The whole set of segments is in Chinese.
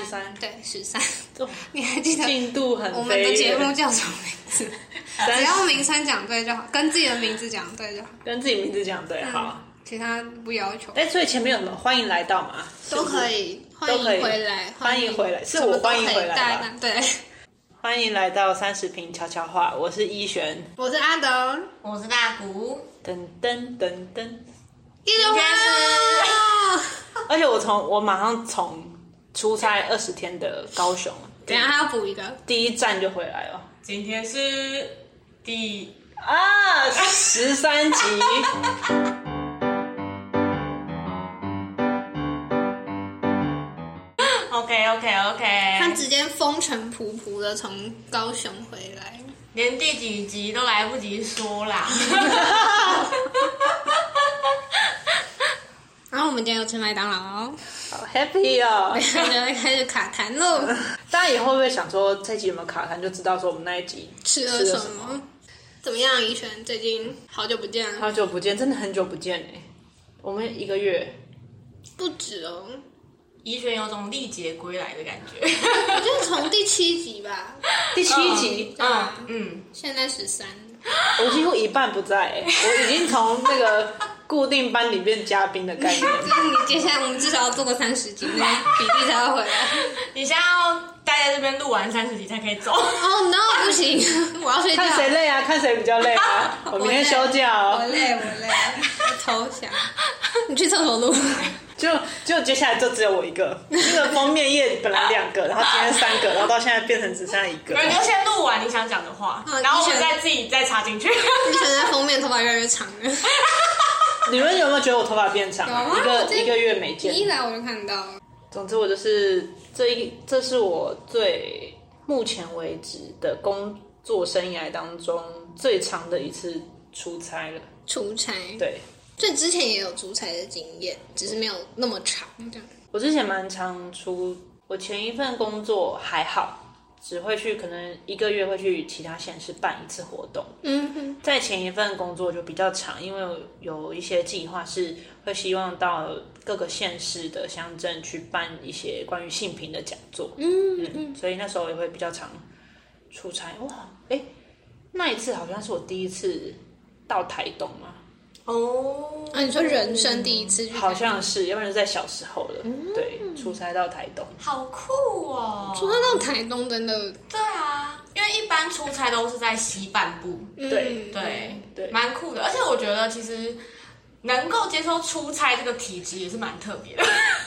对13。你还记得进度很飞？ 我们的节目叫什么名字？只要名称讲对就好，跟自己的名字讲对就好。 跟自己名字讲对，好。 其他不要求。 所以前面有什么欢迎来到嘛？ 都可以，欢迎回来， 欢迎回来，是我欢迎回来吧？ 对。 欢迎来到30瓶悄悄话，我是依璇， 我是阿德， 我是大谷。 噔噔噔噔， 一人回来。 而且我马上从出差20天的高雄， 等一下还要补一个， 第一站就回来了。 今天是第 13集。 OK， 他直接风尘仆仆的从高雄回来， 连第几集都来不及说啦。 然后我们今天有吃麦当劳， 好 happy 哦！ 就会开始卡痰喽。 大家以后会不会想说这集有没有卡痰，就知道说我们那一集吃了什么？怎么样，怡璇？最近好久不见了。 好久不见，真的很久不见哎！我们1个月不止哦。 怡璇有种历劫归来的感觉。 我觉得从第7集吧。 第7集， 现在13。 我几乎一半不在我已经从那个固定班里变嘉宾的概念。 就是你接下来我们至少要做个30集，那比例才要回来。 你现在要待在这边录完30集才可以走。 Oh no， 不行，我要睡觉。 看谁累啊？看谁比较累啊？我明天休假哦。 我累，我投降。你去厕所录。 就接下来就只有我一个，那个封面页本来2个，然后今天3个，然后到现在变成只剩下1个。 你就先录完你想讲的话，然后我们自己再插进去。 你选在封面头发越来越长了。 你们有没有觉得我头发变长？一个月没见。 一来我就看到。 总之我就是这是我目前为止的工作生涯当中最长的一次出差了。 出差。 对。 所以之前也有出差的经验，只是没有那么长这样。 我之前蛮常我前一份工作还好，只会去可能1个月会去其他县市办1次活动。在前一份工作就比较长，因为有一些计划是会希望到各个县市的乡镇去办一些关于性平的讲座。所以那时候也会比较常出差。哇，那一次好像是我第一次到台东嘛。 你说人生第一次去？ 好像是，要不然就在小时候了。对，出差到台东， 好酷哦！ 出差到台东真的。 对啊，因为一般出差都是在西半部。 对， 蛮酷的。而且我觉得其实能够接受出差这个体质也是蛮特别的。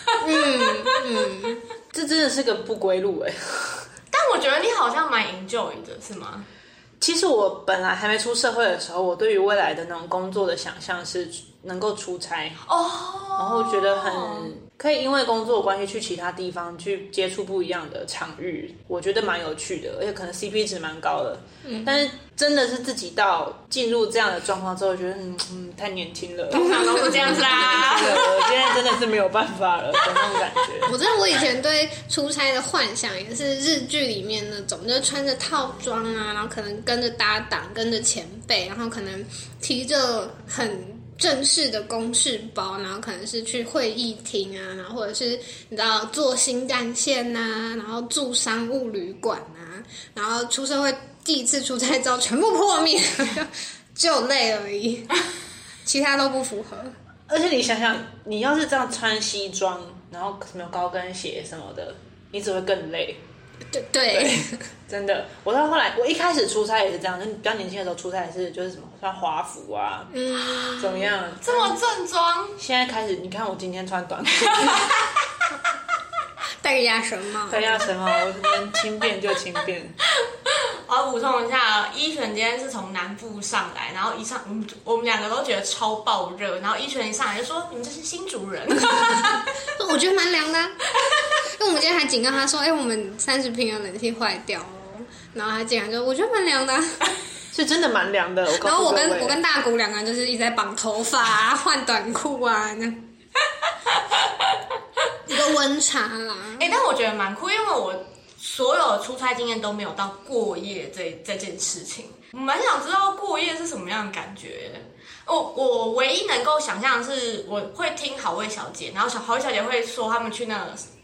这真的是个不归路但我觉得你好像蛮 enjoy 的，是吗？ 其实我本来还没出社会的时候，我对于未来的那种工作的想象是能够出差然后觉得很可以因为工作关系去其他地方去接触不一样的场域，我觉得蛮有趣的，而且可能 CP 值蛮高的。但是真的是自己到进入这样的状况之后，觉得太年轻了， 通常都是这样子啦。 我现在真的是没有办法了的那种感觉。 我知道我以前对出差的幻想也是日剧里面那种，就是穿着套装啊，然后可能跟着搭档，跟着前辈，然后可能提着很正式的公事包，然后可能是去会议厅啊，然后或者是你知道坐新干线啊，然后住商务旅馆啊，然后出社会第一次出差之后全部破灭，就累而已，其他都不符合。 而且你想想，你要是这样穿西装，然后什么高跟鞋什么的，你只会更累。 对， 真的。我到后来，我一开始出差也是这样，就比较年轻的时候出差也是就是什么穿华服啊，怎么样？ 这么正装。 现在开始，你看我今天穿短裤， 戴个鸭舌帽， 戴鸭舌帽，我能轻便就轻便。 我要补充一下，依璇今天是从南部上来，然后我们2个都觉得超爆热，然后依璇一上来就说：“你们这是新竹人。” 我觉得蛮凉的因为我们今天还警告他说：“我们30平的冷气坏掉了。”然后他竟然说：“我觉得蛮凉的是真的蛮凉的。 然后我跟大谷2个人就是一直在绑头发啊、换短裤啊，一个温差啦。 但我觉得蛮酷，因为我所有的出差经验都没有到过夜这件事情，我蛮想知道过夜是什么样的感觉。我唯一能够想象的是，我会听好味小姐，然后好味小姐会说他们去那个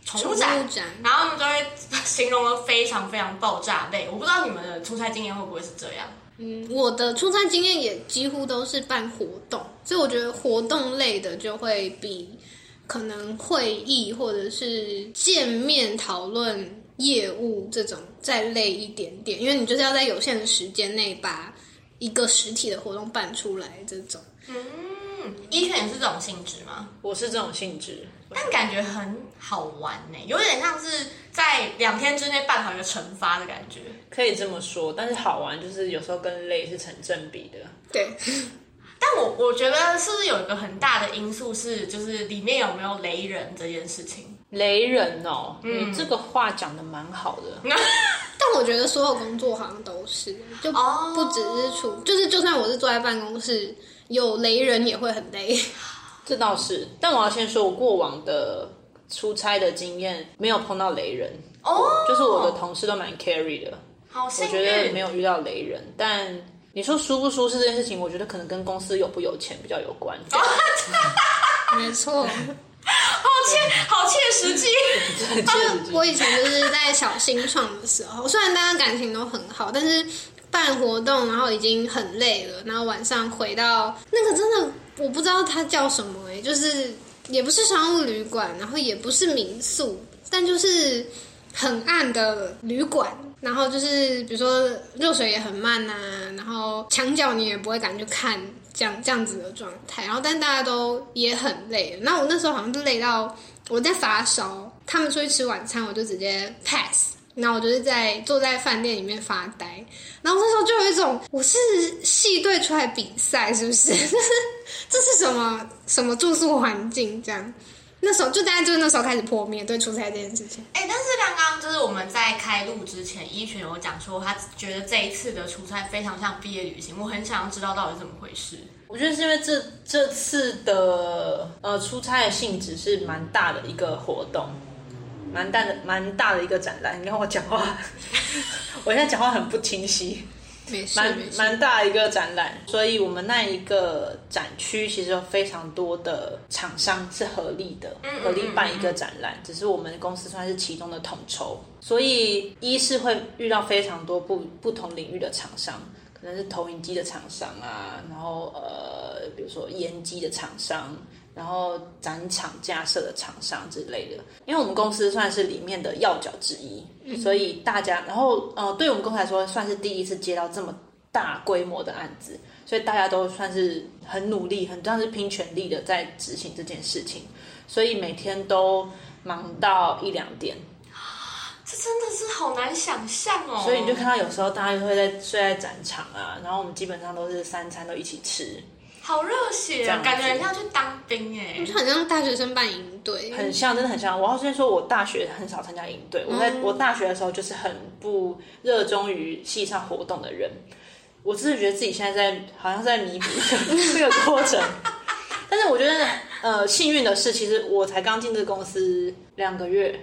宠物展，然后他们就会形容的非常非常爆炸类。我不知道你们的出差经验会不会是这样？ 我的出差经验也几乎都是办活动，所以我觉得活动类的就会比可能会议或者是见面讨论业务这种再累一点点，因为你就是要在有限的时间内把一个实体的活动办出来这种。 依璇也是这种性质吗？ 我是这种性质， 但感觉很好玩呢，有点像是在2天之内办好一个惩罚的感觉。 可以这么说，但是好玩就是有时候跟累是成正比的。 对， 但我觉得是不是有一个很大的因素是，就是里面有没有雷人这件事情？ 雷人哦，你这个话讲的蛮好的。 但我觉得所有工作好像都是，就不只是就是就算我是坐在办公室，有雷人也会很累。 这倒是，但我要先说，我过往的出差的经验没有碰到雷人就是我的同事都蛮 carry 的， 好幸运。 我觉得没有遇到雷人。但你说舒不舒适这件事情，我觉得可能跟公司有不有钱比较有关。 没错。 好切实际。 我以前就是在小新创的时候，虽然大家感情都很好，但是办活动然后已经很累了，然后晚上回到那个真的我不知道它叫什么就是也不是商务旅馆，然后也不是民宿，但就是很暗的旅馆，然后就是比如说热水也很慢然后墙角你也不会敢去看这样子的状态，然后但大家都也很累。那我那时候好像是累到我在发烧，他们出去吃晚餐，我就直接 pass， 然后我就是坐在饭店里面发呆。然后那时候就有一种我是系队出来比赛是不是？这是什么住宿环境这样？那时候就大家就是那时候开始破灭对出差这件事情。 但是刚刚就是我们在开录之前，依璇有讲说他觉得这一次的出差非常像毕业旅行，我很想要知道到底是怎么回事。 我觉得是因为这次的出差的性质是蛮大的一个活动，蛮大的一个展览。你看我讲话，我现在讲话很不清晰。蛮大一个展览，所以我们那一个展区其实有非常多的厂商是合力的，合力办一个展览，只是我们公司算是其中的统筹，所以一是会遇到非常多不同领域的厂商，可能是投影机的厂商然后比如说烟机的厂商，然后展场架设的厂商之类的，因为我们公司算是里面的要角之一，所以大家，然后对我们公司来说算是第一次接到这么大规模的案子，所以大家都算是很努力，很像是拼全力的在执行这件事情，所以每天都忙到1-2点。 这真的是好难想象哦！ 所以你就看到有时候大家就会睡在展场然后我们基本上都是3餐都一起吃。 好热血啊！感觉很像去当兵就很像大学生办营队， 很像，真的很像。我要先说，我大学很少参加营队。我大学的时候就是很不热衷于系上活动的人。我只是觉得自己现在好像在弥补这个过程。但是我觉得幸运的是，其实我才刚进这个公司2个月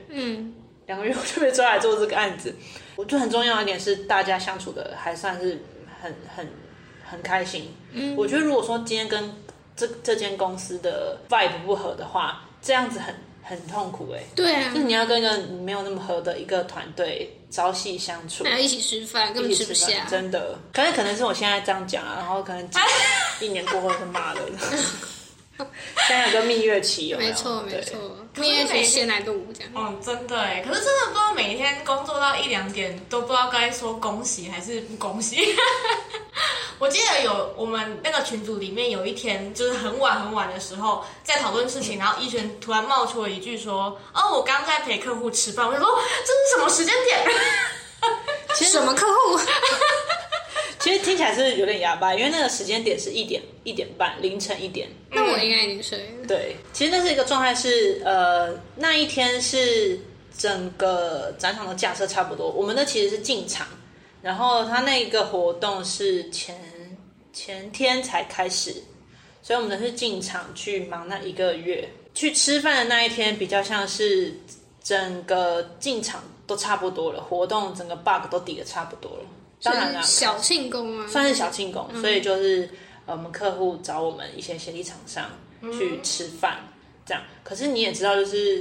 ，2个月我就被抓来做这个案子。我觉得很重要的一点是，大家相处的还算是很开心。我觉得如果说今天跟这间公司的 vibe 不合的话，这样子很痛苦对啊， 就是你要跟一个没有那么合的一个团队朝夕相处， 还要一起吃饭，根本吃不下。 真的，可能是我现在这样讲然后可能1年过后就骂了。现在有个蜜月期有没有？ 没错，蜜月期鲜奶度这样。 真的可是真的不知道每天工作到1-2点都不知道该说恭喜还是不恭喜。我记得有我们那个群组里面有一天就是很晚的时候在讨论事情，然后依璇突然冒出了一句说：“我刚在陪客户吃饭。”我就说：“这是什么时间点？ 什么客户？” 其实听起来是有点哑巴，因为那个时间点是1点半，凌晨1点。 那我应该已经睡了。 对，其实那是一个状态是，那一天是整个展场的架设差不多，我们的其实是进场，然后他那个活动是前天才开始，所以我们是进场去忙那1个月。去吃饭的那一天比较像是整个进场都差不多了，活动整个 bug 都抵得差不多了。当然啦， 小庆功啊， 算是小庆功，所以就是我们客户找我们一些协力厂商去吃饭，这样。可是你也知道，就是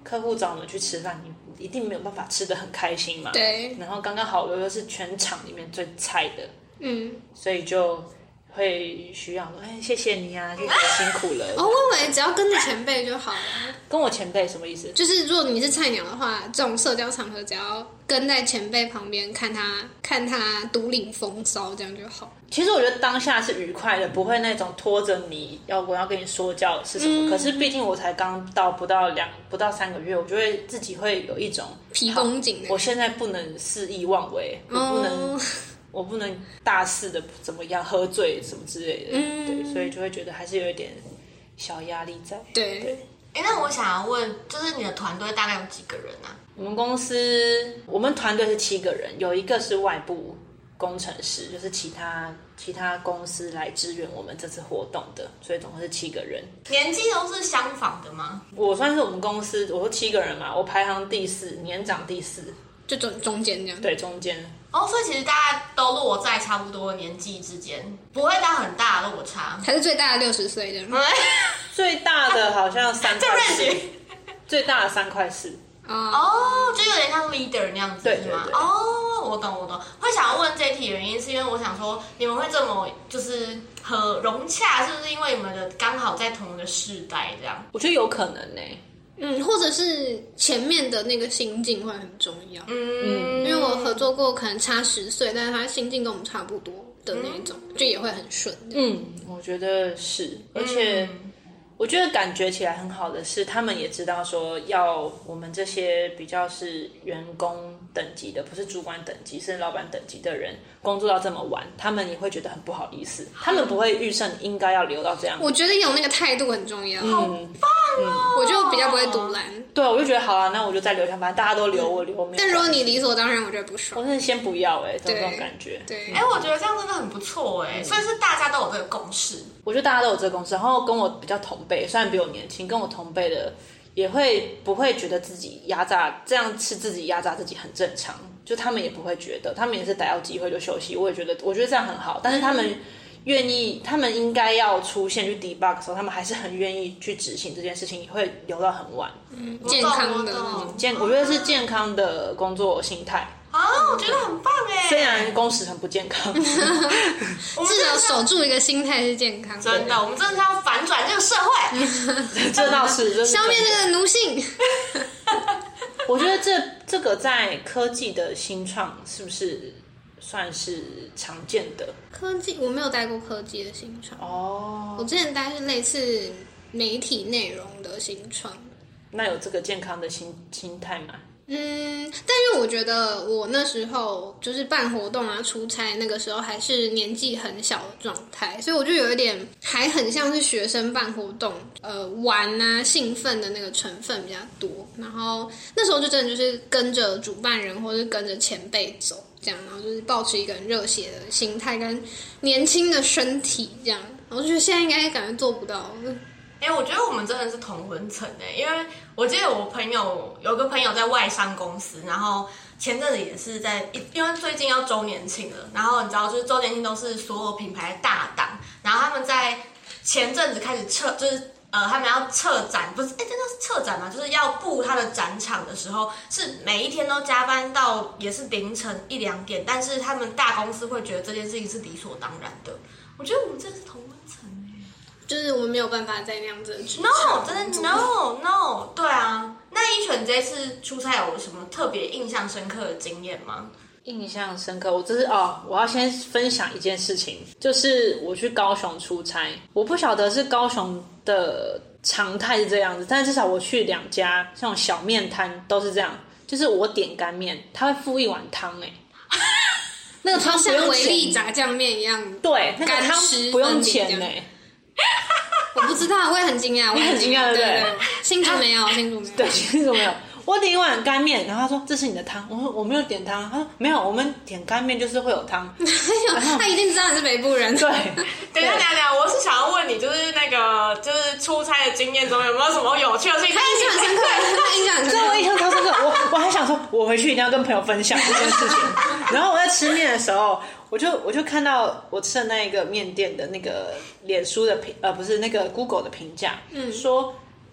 客户找我们去吃饭，你一定没有办法吃得很开心嘛。 对。 然后刚刚好我又是全场里面最菜的，所以就会需要说，谢谢你啊，谢谢辛苦了。 我以为只要跟着前辈就好了。 跟我前辈什么意思？ 就是如果你是菜鸟的话，这种社交场合只要跟在前辈旁边，看他独领风骚，这样就好。 其实我觉得当下是愉快的，不会那种拖着你我要跟你说教是什么。可是毕竟我才刚到不到3个月，我就会自己会有一种皮绷紧的。 我现在不能肆意妄为，我不能大肆的怎么样喝醉什么之类的，对，所以就会觉得还是有一点小压力在。 对。 那我想要问，就是你的团队大概有几个人啊？ 我们团队是7个人，有一个是外部工程师，就是其他公司来支援我们这次活动的，所以总共是7个人。 年纪都是相仿的吗？ 我算是我们公司，我说7个人嘛，我排行第4，年长第4， 就中间这样。 对，中间。 所以其实大家都落在差不多年纪之间，不会到很大的落差。 还是最大的60岁这样？ 最大的好像3块4，最大的3块4。 就有点像 leader 那样子， 对是吗？我懂。会想要问这一题的原因，是因为我想说，你们会这么就是和融洽，是不是因为你们的刚好在同一个世代这样？ 我觉得有可能呢。 或者是前面的那个心境会很重要。因为我合作过可能差10岁，但是他心境跟我们差不多的那种，就也会很顺。 我觉得是，而且我觉得感觉起来很好的是，他们也知道说要我们这些比较是员工等级的，不是主管等级，是老板等级的人，工作到这么晚，他们也会觉得很不好意思，他们不会预设你应该要留到这样。 我觉得有那个态度很重要。 好棒我就比较不会独揽。 对，我就觉得好啊，那我就再留下，反正大家都留，我留。 但如果你理所当然，我觉得不爽。 我真的先不要这种感觉。 对。 我觉得这样真的很不错所以是大家都有这个共识。 我觉得大家都有这个共识，然后跟我比较同辈，虽然比我年轻，跟我同辈的也不会觉得自己压榨，这样是自己压榨自己很正常，就他们也不会觉得，他们也是逮到机会就休息。我觉得这样很好，但是他们愿意，他们应该要出现去 debug 的时候，他们还是很愿意去执行这件事情，也会留到很晚。 健康的我觉得是健康的工作心态。 我觉得很棒虽然工时很不健康， 至少守住一个心态是健康。 真的，我们真的是要反转这个社会。 这倒是消灭这个奴性。 我觉得这个在科技的新创是不是算是常见的？ 科技我没有待过科技的新创我之前待是类似媒体内容的新创。 那有这个健康的心态吗？ 但因为我觉得我那时候就是办活动啊、出差，那个时候还是年纪很小的状态，所以我就有一点还很像是学生办活动，玩啊、兴奋的那个成分比较多。然后那时候就真的就是跟着主办人或是跟着前辈走，这样，然后就是抱持一个很热血的心态跟年轻的身体这样。我就觉得现在应该感觉做不到。 我觉得我们真的是同温层因为我记得我有个朋友在外商公司，然后前阵子也是因为最近要周年庆了，然后你知道就是周年庆都是所有品牌大档，然后他们在前阵子开始就是他们要撤展，不是真的是撤展嘛，就是要布他的展场的时候，是每一天都加班到也是凌晨1、2点，但是他们大公司会觉得这件事情是理所当然的。我觉得我们真的是同温层就是我们没有办法在那样子的职场。 No， 真的 No， 对啊。那依纯这次出差有什么特别印象深刻的经验吗？ 印象深刻，我要先分享一件事情，就是我去高雄出差，我不晓得是高雄的常态是这样子，但至少我去2家像小面摊都是这样，就是我点干面，他会附一碗汤那个汤不用像维力钱， 炸酱面一样， 对，那个汤不用钱我不知道，我也很惊讶， 你很惊讶对不对？ 新竹没有， 对，新竹没有。我点一碗干面，然后他说这是你的汤，我说我没有点汤，他说没有，我们点干面就是会有汤。 他一定知道你是北部人。 对， 等一下，我是想要问你，就是就是出差的经验中有没有什么有趣的事情？ 他印象很深刻，他印象很深刻。 我印象超深刻，我还想说，我回去一定要跟朋友分享这件事情。然后我在吃面的时候，我就看到我吃的那个面店的那个脸书的不是那个 Google 的评价，说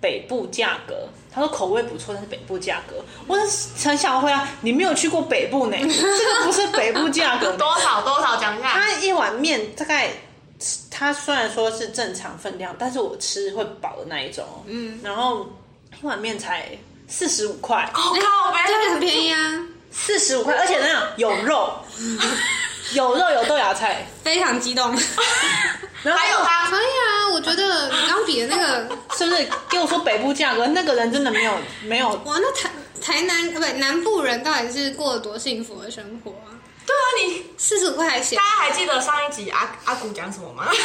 北部价格，他说口味不错，但是北部价格，我很想回答，你没有去过北部呢，这个不是北部价格。 多少讲一下？ 它一碗面大概，它虽然说是正常分量，但是我吃会饱的那一种，然后一碗面才45块， 靠呗， 这个很便宜啊 ，45块，而且那样有肉，有肉有豆芽菜， 非常激动。 然后还有它可以啊，我觉得你刚比的那个是不是跟我说北部价格？那个人真的没有哇，那台南不南部人到底是过了多幸福的生活啊？ 对啊，你 45块还嫌大家还记得上一集阿古讲什么吗？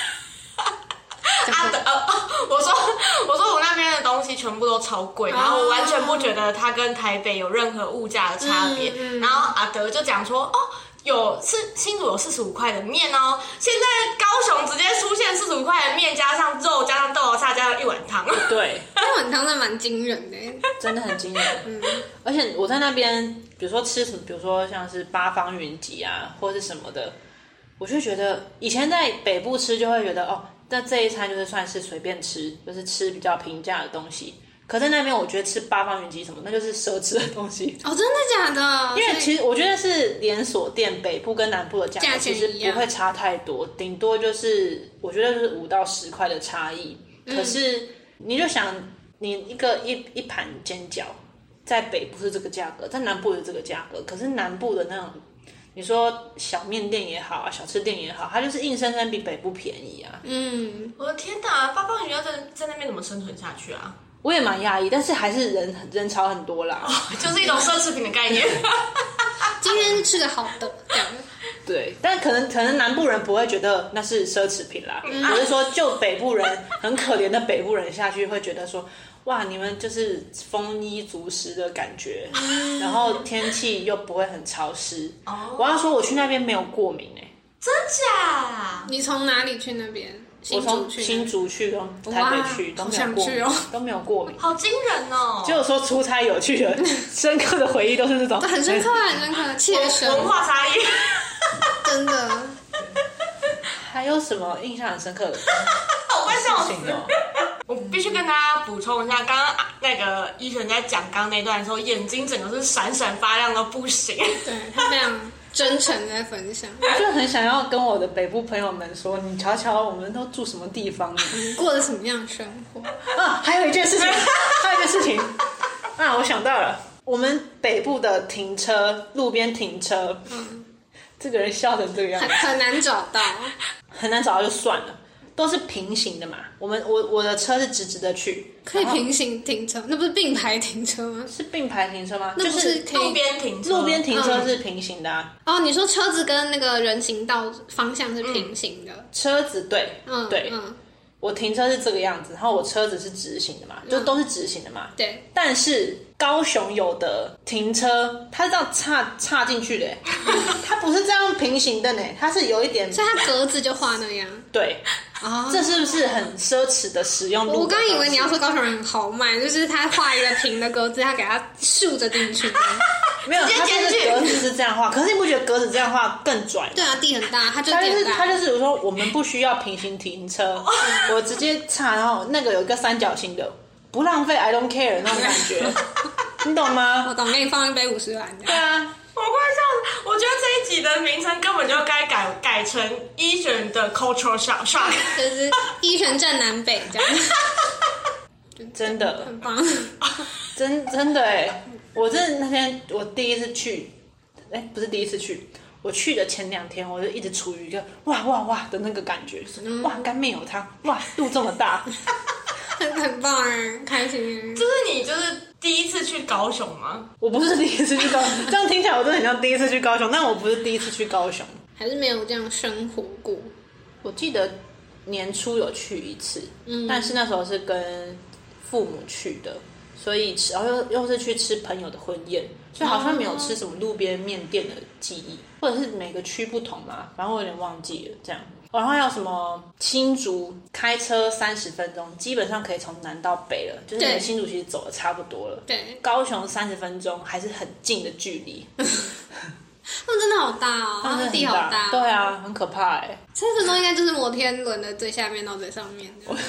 我说我那边的东西全部都超贵，然后我完全不觉得它跟台北有任何物价的差别。然后阿德就讲说，新竹有45块的面哦，现在高雄直接出现45块的面，加上肉，加上豆芽菜，加上一碗汤。 对， 那碗汤真的蛮惊人的， 真的很惊人。而且我在那边，比如说吃什么，比如说像是八方云集啊，或是什么的，我就觉得以前在北部吃就会觉得那这一餐就是算是随便吃，就是吃比较平价的东西。可在那边，我觉得吃八方云集什么，那就是奢侈的东西。 哦，真的假的？ 因为其实我觉得是连锁店北部跟南部的价格其实不会差太多，顶多就是我觉得就是5到10块的差异。可是你就想，你一盘煎饺在北部是这个价格，在南部是这个价格，可是南部的那种。你说小面店也好啊，小吃店也好，它就是硬生生比北部便宜啊。 我的天哪，八方云集在那边怎么生存下去啊？ 我也蛮讶异，但是还是人潮很多啦， 就是一种奢侈品的概念。 今天是吃个好的，这样。 对，但可能南部人不会觉得那是奢侈品啦，只是说就北部人很可怜的北部人下去会觉得说，哇，你们就是丰衣足食的感觉，然后天气又不会很潮湿。我要说我去那边没有过敏真假？ 你从哪里去那边？ 我从新竹去跟台北去都没有过敏，都没有过敏， 好惊人哦！ 只有说出差有趣的、深刻的回忆都是这种， 很深刻，很深刻，切身文化差异， 真的。 还有什么印象很深刻的？ 我快笑死了！我必须跟大家补充一下，刚刚那个依璇在讲刚那段的时候，眼睛整个是闪闪发亮到不行。 对，他非常真诚在分享， 我就很想要跟我的北部朋友们说，你瞧瞧我们都住什么地方， 过了什么样的生活啊？还有一件事情啊，我想到了，我们北部的停车，路边停车，这个人笑成这个样子， 很难找到， 很难找到就算了。都是平行的嘛，我的车是直直的去， 可以平行停车，那不是并排停车吗？ 是并排停车吗？ 那不是可以路边停车， 路边停车是平行的啊。 哦，你说车子跟那个人行道方向是平行的， 车子对，对，我停车是这个样子，然后我车子是直行的嘛，就都是直行的嘛。 对， 但是高雄有的停车，它是这样插进去的，它不是这样平行的呢，它是有一点， 所以它格子就画那样。 对。这是不是很奢侈的使用路？ 我刚以为你要说高雄人很豪迈，就是他画一个平的格子，他给它竖着进去。 没有，它就是格子是这样画，可是你不觉得格子这样画更拽？ 对啊，地很大，它就是比如说我们不需要平行停车，我直接插，然后那个有一个三角形的，不浪费 I don't care 那种感觉，你懂吗？ 我懂，给你放一杯50兰。 对啊。 我快笑死！我觉得这一集的名称根本就该改成依璇的 cultural shock， 就是依璇站南北这样。 真的很棒， 真的哎！我那天我第一次去，不是第一次去，我去的前2天，我就一直处于一个哇哇哇的那个感觉，哇干面有汤，哇路这么大， 很棒哎，开心。 就是你第一次去高雄吗？ 我不是第一次去高雄，这样听起来我真的很像第一次去高雄，但我不是第一次去高雄， 还是没有这样生活过。 我记得年初有去一次，但是那时候是跟父母去的，所以然后又是去吃朋友的婚宴，所以好像没有吃什么路边面店的记忆，或者是每个区不同嘛，反正我有点忘记了这样。然后还有什么新竹开车30分钟，基本上可以从南到北了，就是你新竹其实走的差不多了。 对， 高雄30分钟还是很近的距离。 那真的好大哦，地好大。 对啊，很可怕哎。 30分钟应该就是摩天轮的最下面到最上面。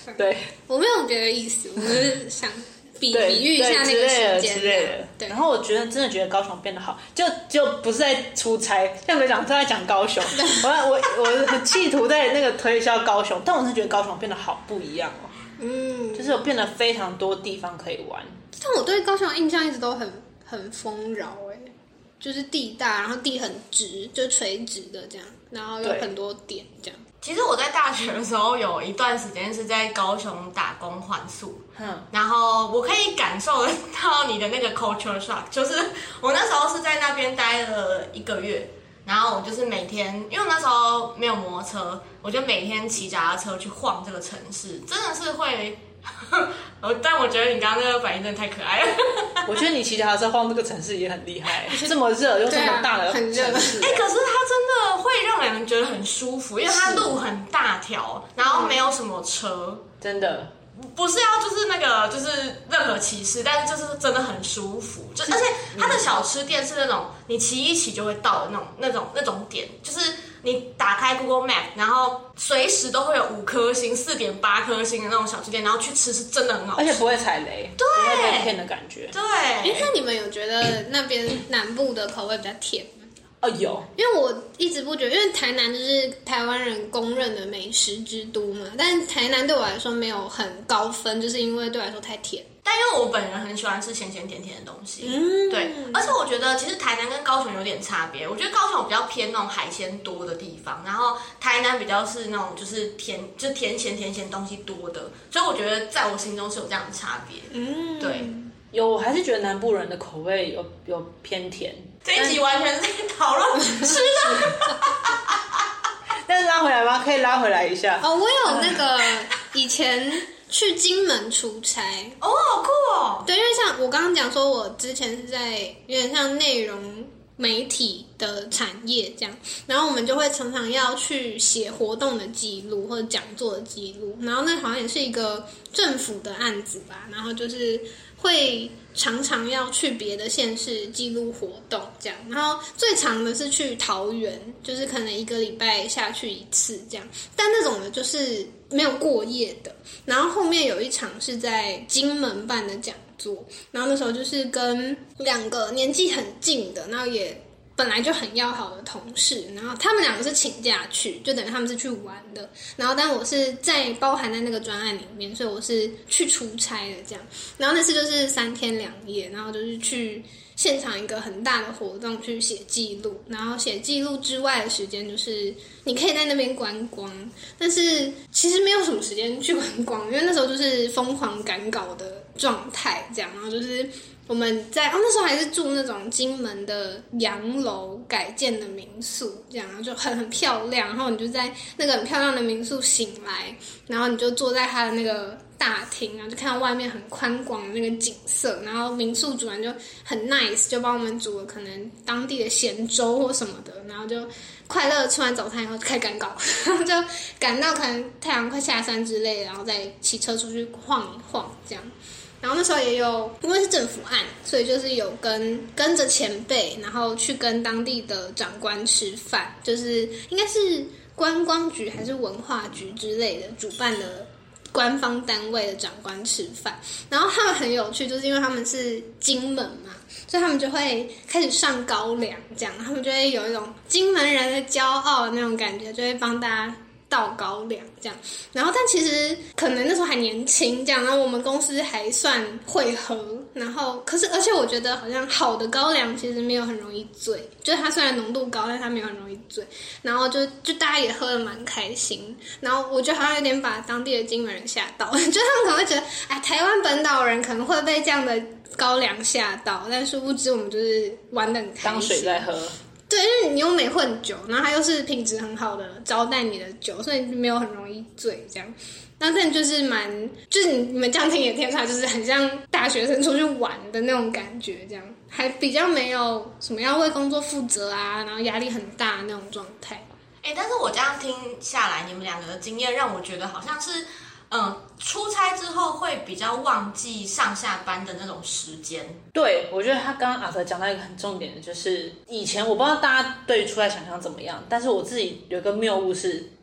对， 我没有别的意思，我是想比喻一下那个时间之类的。对，然后我真的觉得高雄变得好，就不是在出差，像没讲都在讲高雄。我企图在那个推销高雄，但我是觉得高雄变得好不一样哦。就是有变得非常多地方可以玩。 但我对高雄的印象一直都很丰饶就是地大，然后地很直，就垂直的这样，然后有很多点这样。 其实我在大学的时候有一段时间是在高雄打工换宿，然后我可以感受得到你的那个 culture shock， 就是我那时候是在那边待了1个月，然后我就是每天，因为我那时候没有摩托车，我就每天骑脚踏车去晃这个城市，真的是会。但我觉得你刚刚那个反应真的太可爱了。 我觉得你骑脚踏车晃这个城市也很厉害，这么热又这么大的城市， 可是它真的会让人觉得很舒服，因为它路很大条，然后没有什么车， 真的。 不是要就是那个就是任何歧视，但是就是真的很舒服，而且它的小吃店是那种你骑一骑就会到的那种点，就是你打开 Google Map， 然后随时都会有5颗星、4.8颗星的那种小吃店，然后去吃是真的很好吃， 而且不会踩雷， 对， 不会被骗的感觉。 对， 那你们有觉得那边南部的口味比较甜吗？ 有， 因为我一直不觉得，因为台南就是台湾人公认的美食之都嘛，但台南对我来说没有很高分，就是因为对我来说太甜。 但因为我本人很喜欢吃咸咸甜甜的东西，对，而且我觉得其实台南跟高雄有点差别，我觉得高雄比较偏那种海鲜多的地方，然后台南比较是那种就是甜咸东西多的，所以我觉得在我心中是有这样的差别，对。 我还是觉得南部人的口味有偏甜。 这一集完全是在讨论吃的。 但是拉回来吗？可以拉回来一下。 我有那个以前去金门出差。 好酷哦。 对，因为像我刚刚讲说，我之前是在有点像内容媒体的产业这样，然后我们就会常常要去写活动的记录或者讲座的记录，然后那好像也是一个政府的案子吧，然后就是会常常要去别的县市记录活动这样，然后最长的是去桃园，就是可能1个礼拜下去1次这样，但那种的就是没有过夜的。然后后面有一场是在金门办的讲座，然后那时候就是跟2个年纪很近的，然后也本来就很要好的同事，然后他们2个是请假去，就等于他们是去玩的，然后但我是包含在那个专案里面，所以我是去出差的这样。然后那次就是3天2夜，然后就是去现场一个很大的活动去写记录，然后写记录之外的时间就是你可以在那边观光，但是其实没有什么时间去观光，因为那时候就是疯狂赶稿的状态这样，然后就是我们在那时候还是住那种金门的洋楼改建的民宿，这样然后就很漂亮，然后你就在那个很漂亮的民宿醒来，然后你就坐在它的那个大厅，然后就看到外面很宽广的那个景色，然后民宿主人就很 nice， 就帮我们煮了可能当地的咸粥或什么的，然后就快乐吃完早餐以后就开始赶稿，然后就赶到可能太阳快下山之类的，然后再骑车出去晃一晃这样。然后那时候也有，因为是政府案，所以就是有跟着前辈，然后去跟当地的长官吃饭，就是应该是观光局还是文化局之类的主办的官方单位的长官吃饭。然后他们很有趣，就是因为他们是金门嘛，所以他们就会开始上高粱，这样他们就会有一种金门人的骄傲的那种感觉，就会帮大家倒高粱这样。然后但其实可能那时候还年轻这样，然后我们公司还算会喝，然后而且我觉得好像好的高粱其实没有很容易醉，就是它虽然浓度高，但它没有很容易醉，然后就大家也喝得蛮开心。然后我觉得好像有点把当地的金门人吓到，就他们可能会觉得台湾本岛人可能会被这样的高粱吓到，但殊不知我们就是玩得很开心， 当水在喝。 对，因为你又没混酒，然后它又是品质很好的招待你的酒，所以没有很容易醉这样。那但就是就是你们这样听也听出来，就是很像大学生出去玩的那种感觉，这样还比较没有什么要为工作负责啊，然后压力很大那种状态。 但是我这样听下来，你们2个的经验让我觉得好像是出差之后会比较忘记上下班的那种时间。 对，我觉得他刚刚阿德讲到一个很重点的，就是以前我不知道大家对于出差想象怎么样，但是我自己有一个谬误是，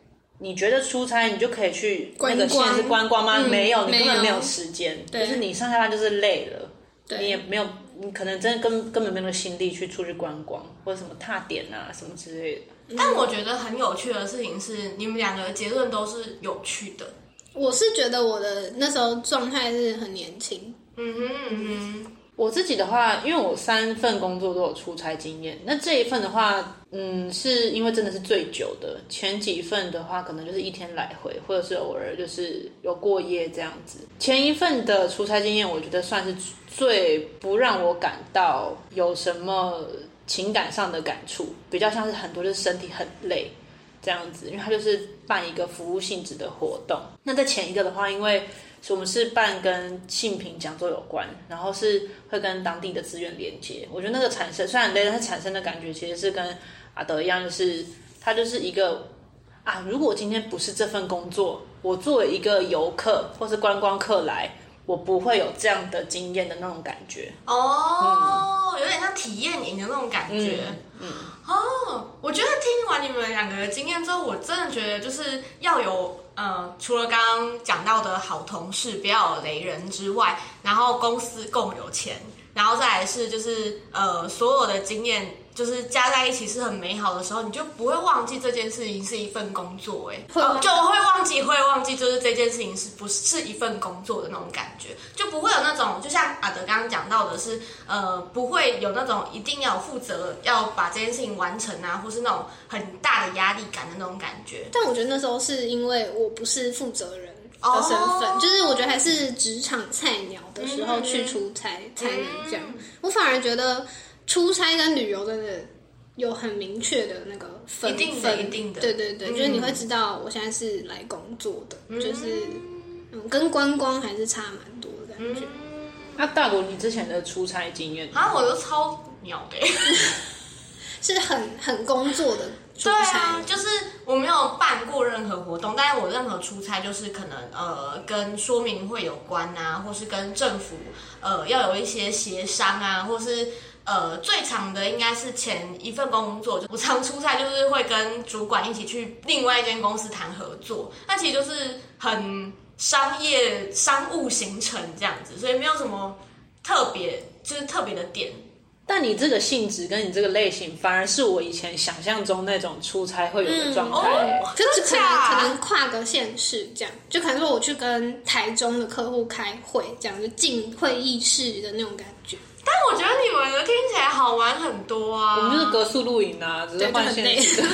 你觉得出差你就可以去那个县市观光吗？没有，你根本没有时间，就是你上下班就是累了，你也没有，你可能真的根本没有那个心力去出去观光或者什么踏点啊什么之类的。 但我觉得很有趣的事情是，你们两个的结论都是有趣的。 我是觉得我的那时候状态是很年轻。 我自己的话，因为我3份工作都有出差经验，那这一份的话，是因为真的是最久的。前几份的话，可能就是1天来回，或者是偶尔就是有过夜这样子。前一份的出差经验，我觉得算是最不让我感到有什么情感上的感触，比较像是很多就是身体很累这样子，因为它就是办一个服务性质的活动。那在前一个的话，因为我们是办跟性平讲座有关，然后是会跟当地的资源连接。我觉得那个产生虽然累，但是产生的感觉其实是跟阿德一样，就是它就是一个如果今天不是这份工作，我作为一个游客或是观光客来，我不会有这样的经验的那种感觉。 有点像体验营的那种感觉。我觉得听完你们两个的经验之后，我真的觉得就是要有除了刚刚讲到的好同事，不要有雷人之外，然后公司够有钱，然后再来是就是所有的经验就是加在一起是很美好的时候，你就不会忘记这件事情是一份工作。就会忘记就是这件事情是不是一份工作的那种感觉，就不会有那种就像阿德刚刚讲到的是不会有那种一定要有负责要把这件事情完成啊，或是那种很大的压力感的那种感觉。 但我觉得那时候是因为我不是负责人的身份，就是我觉得还是职场菜鸟的时候去出差才能这样。我反而觉得出差跟旅游真的有很明确的那个分， 一定的， 对，就是你会知道我现在是来工作的，就是跟观光还是差蛮多的感觉。 那大国，你之前的出差经验？ 我都超鸟的是很工作的出差。 对就是我没有办过任何活动，但是我任何出差就是可能跟说明会有关啊，或是跟政府要有一些协商啊，或是最长的应该是前一份工作，我常出差就是会跟主管一起去另外一间公司谈合作，那其实就是很商务行程这样子，所以没有什么特别的点。 但你这个性质跟你这个类型，反而是我以前想象中那种出差会有的状态。 就是可能跨个县市这样，就可能说我去跟台中的客户开会，这样就进会议室的那种感觉。 但我觉得你们的听起来好玩很多啊！ 我们就是隔宿露营啊，只是换县市的。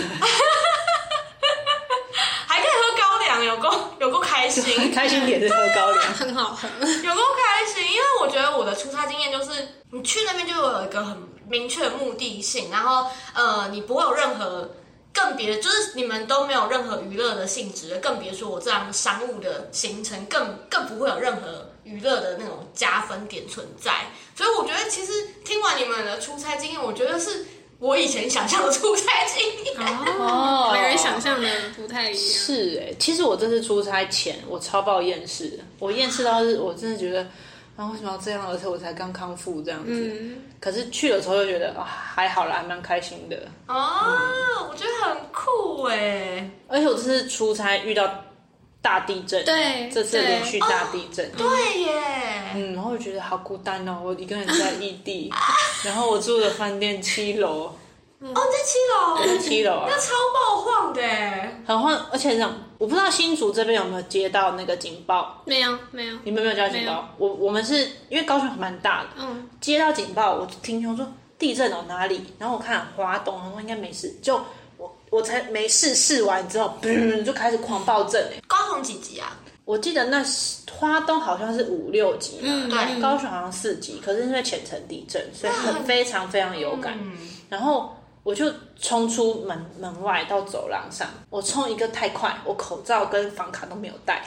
还可以喝高粱，有够开心。 开心点是喝高粱， 很好喝， 有够开心。因为我觉得我的出差经验就是，你去那边就有一个很明确的目的性，然后你不会有任何更别，就是你们都没有任何娱乐的性质，更别说我这样商务的行程，更不会有任何娱乐的那种加分点存在。所以我觉得其实听完你们的出差经验，我觉得是我以前想象的出差经验。 每个人想象的不太一样。 是其实我这次出差前我超爆厌世的，我厌世到我真的觉得为什么要这样，而且我才刚康复这样子。可是去了之后就觉得还好啦，还蛮开心的。 我觉得很酷而且我这次出差遇到大地震， 对， 这次连续大地震， 对耶， 然后我觉得好孤单哦，我一个人在异地，然后我住的饭店7楼， 你在7楼， 我在7楼啊， 那超爆晃的很晃，而且这样，我不知道新竹这边有没有接到那个警报， 没有， 你们没有接到警报，我们是因为高雄蛮大的，接到警报，我听说地震哪里，然后我看花东，然后应该没事，就我才没试完之后，就开始狂暴震高雄几级啊？ 我记得那花东好像是5、6级嘛， 对， 高雄好像4级，可是因为浅层地震，所以非常非常有感。然后我就冲出门外到走廊上，我冲一个太快，我口罩跟房卡都没有带，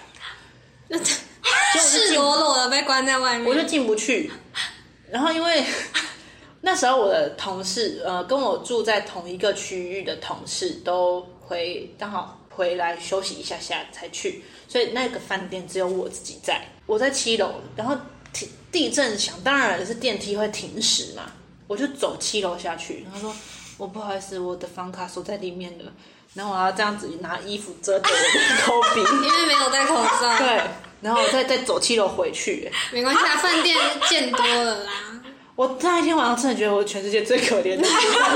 赤裸裸的被关在外面， 我就进不去。然后因为那时候我的同事，跟我住在同一个区域的同事都刚好回来休息一下下才去，所以那个饭店只有我自己在。我在7楼，然后地震响，当然是电梯会停驶嘛，我就走7楼下去。然后说我不好意思，我的房卡锁在里面了，然后我要这样子拿衣服遮着我的口鼻， 因为没有戴口罩。 对，然后我再走7楼回去。 没关系啊，饭店见多了啦。 我那一天晚上真的觉得我全世界最可怜的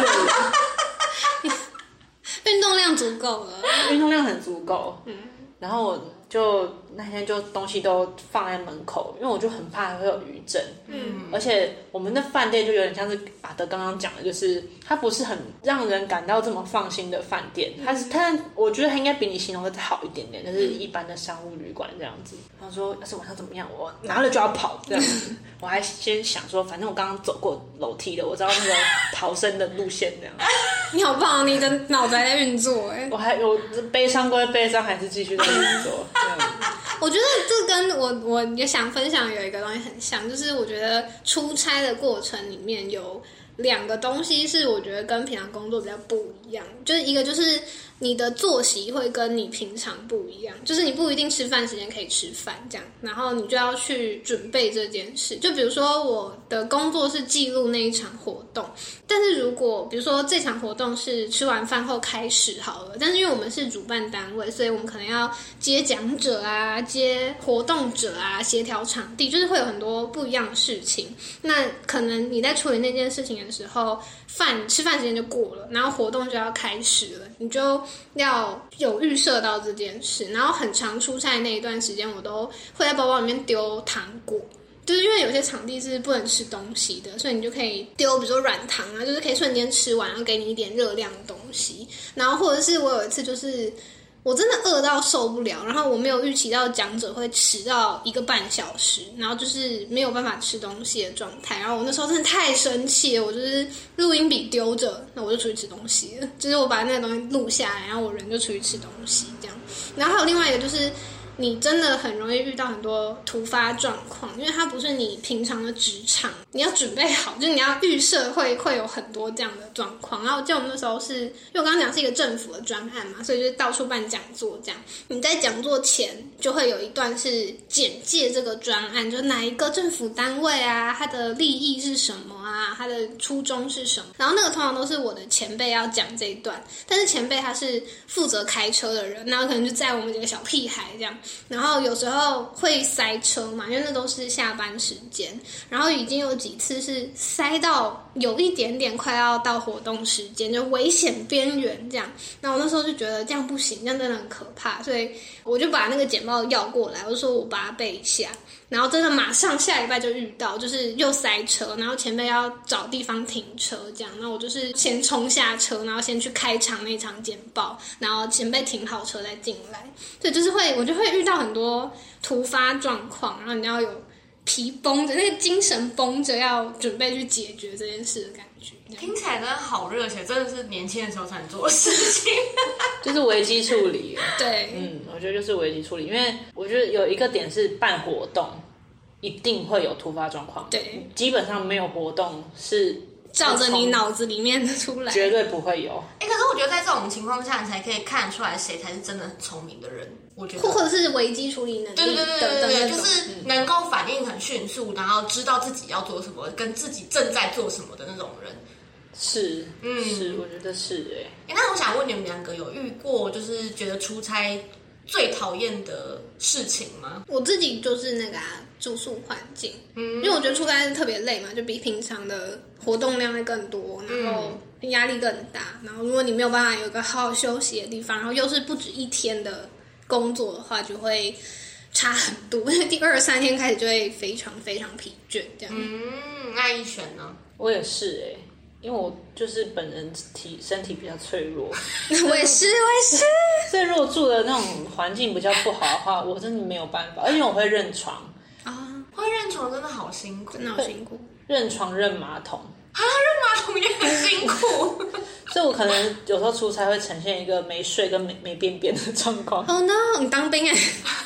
运动量足够了， 运动量很足够。然后我就那天就东西都放在门口，因为我就很怕会有余震。而且我们的饭店就有点像是阿德刚刚讲的，就是它不是很让人感到这么放心的饭店。它我觉得它应该比你形容的再好一点点，就是一般的商务旅馆这样子。然后说要是晚上怎么样，我拿了就要跑这样子。我还先想说，反正我刚刚走过楼梯了，我知道那个逃生的路线这样。 你好棒，你的脑子还在运作哎。 我悲伤归悲伤，还是继续在运作。 我觉得这跟我也想分享有一个东西很像，就是我觉得出差的过程里面有2个东西是我觉得跟平常工作比较不一样，就是一个就是你的作息会跟你平常不一样，就是你不一定吃饭时间可以吃饭这样，然后你就要去准备这件事。就比如说我的工作是记录那一场活动，但是如果比如说这场活动是吃完饭后开始好了，但是因为我们是主办单位，所以我们可能要接讲者啊、接活动者啊、协调场地，就是会有很多不一样的事情。那可能你在处理那件事情的时候，吃饭时间就过了，然后活动就要开始了，你就要有预设到这件事。然后很常出差那一段时间，我都会在包包里面丢糖果，就是因为有些场地是不能吃东西的，所以你就可以丢，比如说软糖啊，就是可以瞬间吃完，然后给你一点热量的东西。然后或者是我有一次就是我真的饿到受不了，然后我没有预期到讲者会迟到1个半小时，然后就是没有办法吃东西的状态。然后我那时候真的太生气了，我就是录音笔丢着，那我就出去吃东西了。就是我把那个东西录下来，然后我人就出去吃东西这样。然后还有另外一个就是你真的很容易遇到很多突发状况，因为它不是你平常的职场，你要准备好，就是你要预设会有很多这样的状况。然后我记得我们那时候是因为我刚刚讲是一个政府的专案嘛，所以就是到处办讲座这样。你在讲座前就会有一段是简介这个专案，就是哪一个政府单位啊，它的利益是什么啊，它的初衷是什么。然后那个通常都是我的前辈要讲这一段，但是前辈他是负责开车的人，然后可能就载我们几个小屁孩这样。然后有时候会塞车嘛，因为那都是下班时间，然后已经有几次是塞到有一点点快要到活动时间，就危险边缘这样。那我那时候就觉得这样不行，这样真的很可怕，所以我就把那个简报要过来，我就说我把它背一下。然后真的马上下礼拜就遇到，就是又塞车，然后前辈要找地方停车这样，那我就是先冲下车，然后先去开场那场简报，然后前辈停好车再进来。所以就是我就会遇到很多突发状况，然后你要有皮绷着，那个精神绷着，要准备去解决这件事的感觉。 听起来真的好热血，真的是年轻的时候才能做的事情。 就是危机处理。 对， 我觉得就是危机处理，因为我觉得有一个点是办活动一定会有突发状况， 对， 基本上没有活动是照着你脑子里面的出来， 绝对不会有。 可是我觉得在这种情况下，你才可以看得出来谁才是真的很聪明的人。我觉得， 或者是危机处理能力的对，就是能够反应很迅速，然后知道自己要做什么，跟自己正在做什么的那种人。 是，我觉得是那我想问你们2个，有遇过就是觉得出差最讨厌的事情吗？ 我自己就是那个住宿环境，因为我觉得出差是特别累嘛，就比平常的活动量会更多，然后压力更大，然后如果你没有办法有一个好好休息的地方，然后又是不止1天的工作的话，就会差很多，因为第2、3天开始就会非常非常疲倦这样。 那一璇呢？ 我也是因为我就是本人身体比较脆弱， 我也是， 所以如果住的那种环境比较不好的话，我真的没有办法，而且我会认床啊，会认床真的好辛苦， 真的好辛苦， 认床认马桶啊，认马桶也很辛苦， 所以我可能有时候出差会呈现一个没睡跟没便便的状况。 Oh no， 你当兵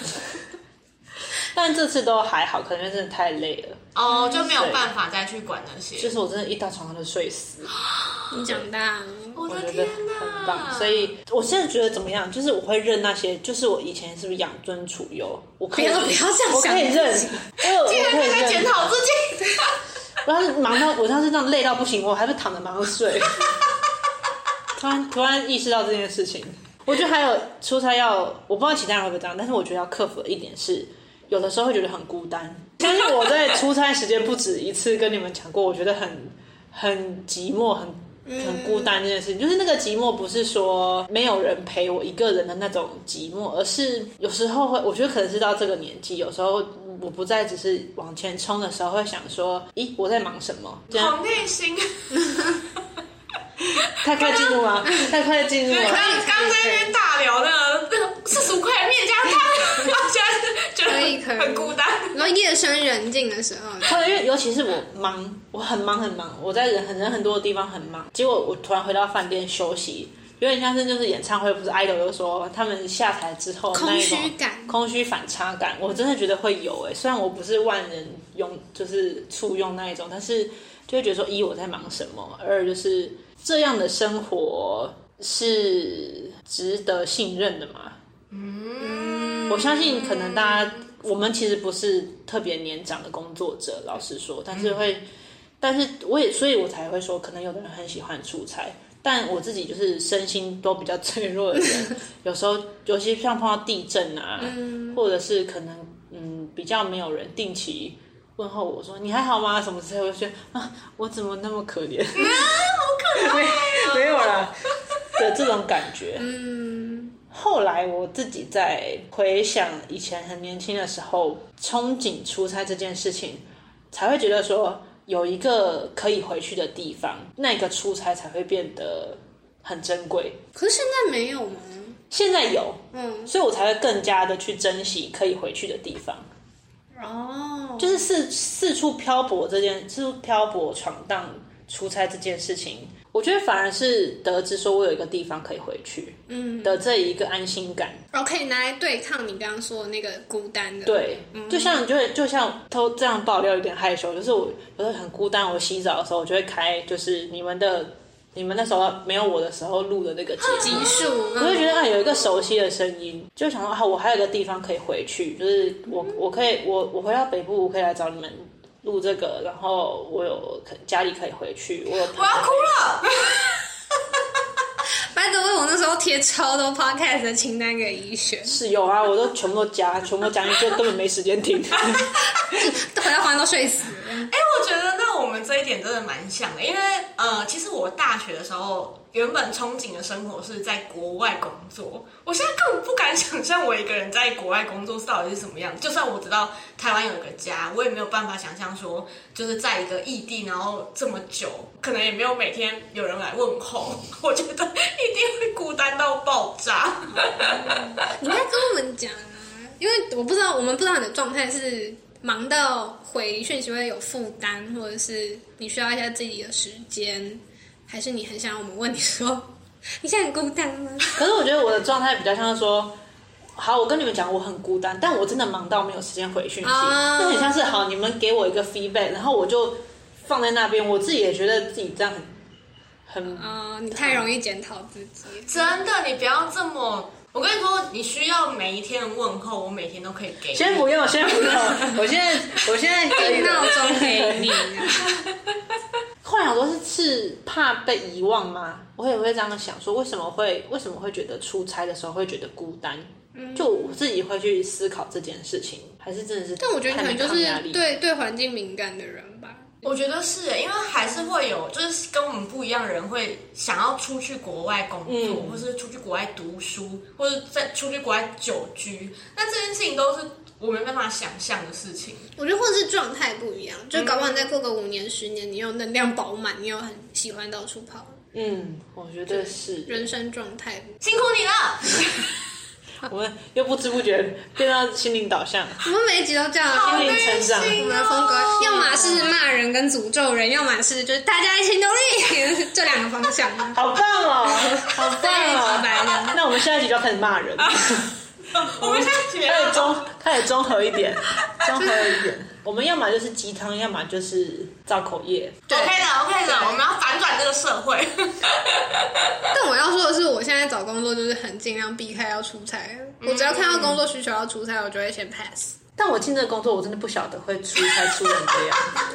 但这次都还好，可能真的太累了就没有办法再去管那些。 就是我真的一到床上就睡死。 你长大了， 我的觉得很棒。所以我现在觉得怎么样？就是我会认那些，就是我以前是不是养尊处优？我可以不要这样想， 我可以认，我可以认。 检讨自己。 我要是这样累到不行，我还会躺着马上睡。 突然意识到这件事情。我觉得还有出差我不知道其他人会不会这样，但是我觉得要克服的一点是，有的时候会觉得很孤单。相信我在出差时间不止一次跟你们讲过，我觉得很寂寞，很孤单这件事情。就是那个寂寞不是说没有人陪我一个人的那种寂寞，而是有时候我觉得可能是到这个年纪，有时候我不再只是往前冲的时候，会想说，咦，我在忙什么？ 好内心。 太快进入吗？太快进入了。 刚在那边大聊那个45块面加汤，然后现在觉得很孤单。 然后夜深人静的时候， 因为尤其是我很忙，我在人很多的地方很忙，结果我突然回到饭店休息，有点像是就是演唱会，不是 idol 就说他们下台之后那一种空虚反差感，我真的觉得会有虽然我不是万人用就是簇拥那一种，但是就会觉得说，一我在忙什么，二就是这样的生活是值得信任的嘛？我相信可能我们其实不是特别年长的工作者，老实说，但是所以我才会说，可能有的人很喜欢出差，但我自己就是身心都比较脆弱的人，有时候尤其像碰到地震啊，或者是可能比较没有人定期问候我说你还好吗什么之类，我就觉得我怎么那么可怜？ 好可爱没有啦的这种感觉。后来我自己在回想以前很年轻的时候，憧憬出差这件事情，才会觉得说有一个可以回去的地方，那个出差才会变得很珍贵。 可是现在没有吗？ 现在有，所以我才会更加的去珍惜可以回去的地方。就是四处漂泊闯荡出差这件事情，我觉得反而是得知说我有一个地方可以回去，的这一个安心感， 可以拿来对抗你刚刚说的那个孤单的。 对，就像都这样爆料有点害羞，就是我有时候很孤单，我洗澡的时候我就会开，就是你们那时候没有我的时候录的那个集数， 我会觉得有一个熟悉的声音，就想说我还有一个地方可以回去，就是我可以我回到北部，我可以来找你们录这个，然后我有家里可以回去，我要哭了。 by the way，我那时候贴超多 podcast 的清单给怡璇， 是有啊，我都全部都加进去，就根本没时间听， 回到房间都睡死了。 我觉得那我们这一点真的蛮像的，因为其实我大学的时候原本憧憬的生活是在国外工作，我现在根本不敢想象我一个人在国外工作到底是什么样。就算我知道台湾有一个家，我也没有办法想象说就是在一个异地，然后这么久，可能也没有每天有人来问候，我觉得一定会孤单到爆炸。 你应该跟我们讲啊，因为我们不知道你的状态是忙到回讯息会有负担，或者是你需要一下自己的时间，还是你很想要我们问你说你现在很孤单吗？ 可是我觉得我的状态比较像是说，好，我跟你们讲我很孤单，但我真的忙到没有时间回讯息，那很像是好，你们给我一个 feedback， 然后我就放在那边，我自己也觉得自己这样你太容易检讨自己。 真的，你不要这么。我跟你说，你需要每一天的问候，我每天都可以给你。 先不用，我现在定闹钟给你。 后来我都是怕被遗忘吗？我也会这样想，说为什么会觉得出差的时候会觉得孤单？就我自己会去思考这件事情，还是真的是？ 但我觉得可能就是对环境敏感的人吧。 我觉得是，因为还是会有，就是跟我们不一样的人会想要出去国外工作，或是出去国外读书，或者出去国外久居。那这件事情都是我没办法想象的事情。 我觉得或者是状态不一样，就搞不好你再过个5年10年，你又能量饱满，你又很喜欢到处跑。 我觉得是人生状态。 辛苦你了。 我们又不知不觉变到心灵导向， 我们每一集都这样， 心灵成长。 我们的风格要么是骂人跟诅咒人，要么是就是大家一起努力，这2个方向。 好棒哦，好棒哦！那我们下一集就要开始骂人。 我们下一集开始综合一点。我们要么就是鸡汤，要么就是造口业。 OK 的，我们要反转这个社会。 但我要说的是，我现在找工作就是很尽量避开要出差。我只要看到工作需求要出差，我就会先 pass。 但我进这个工作，我真的不晓得会出差出成这样。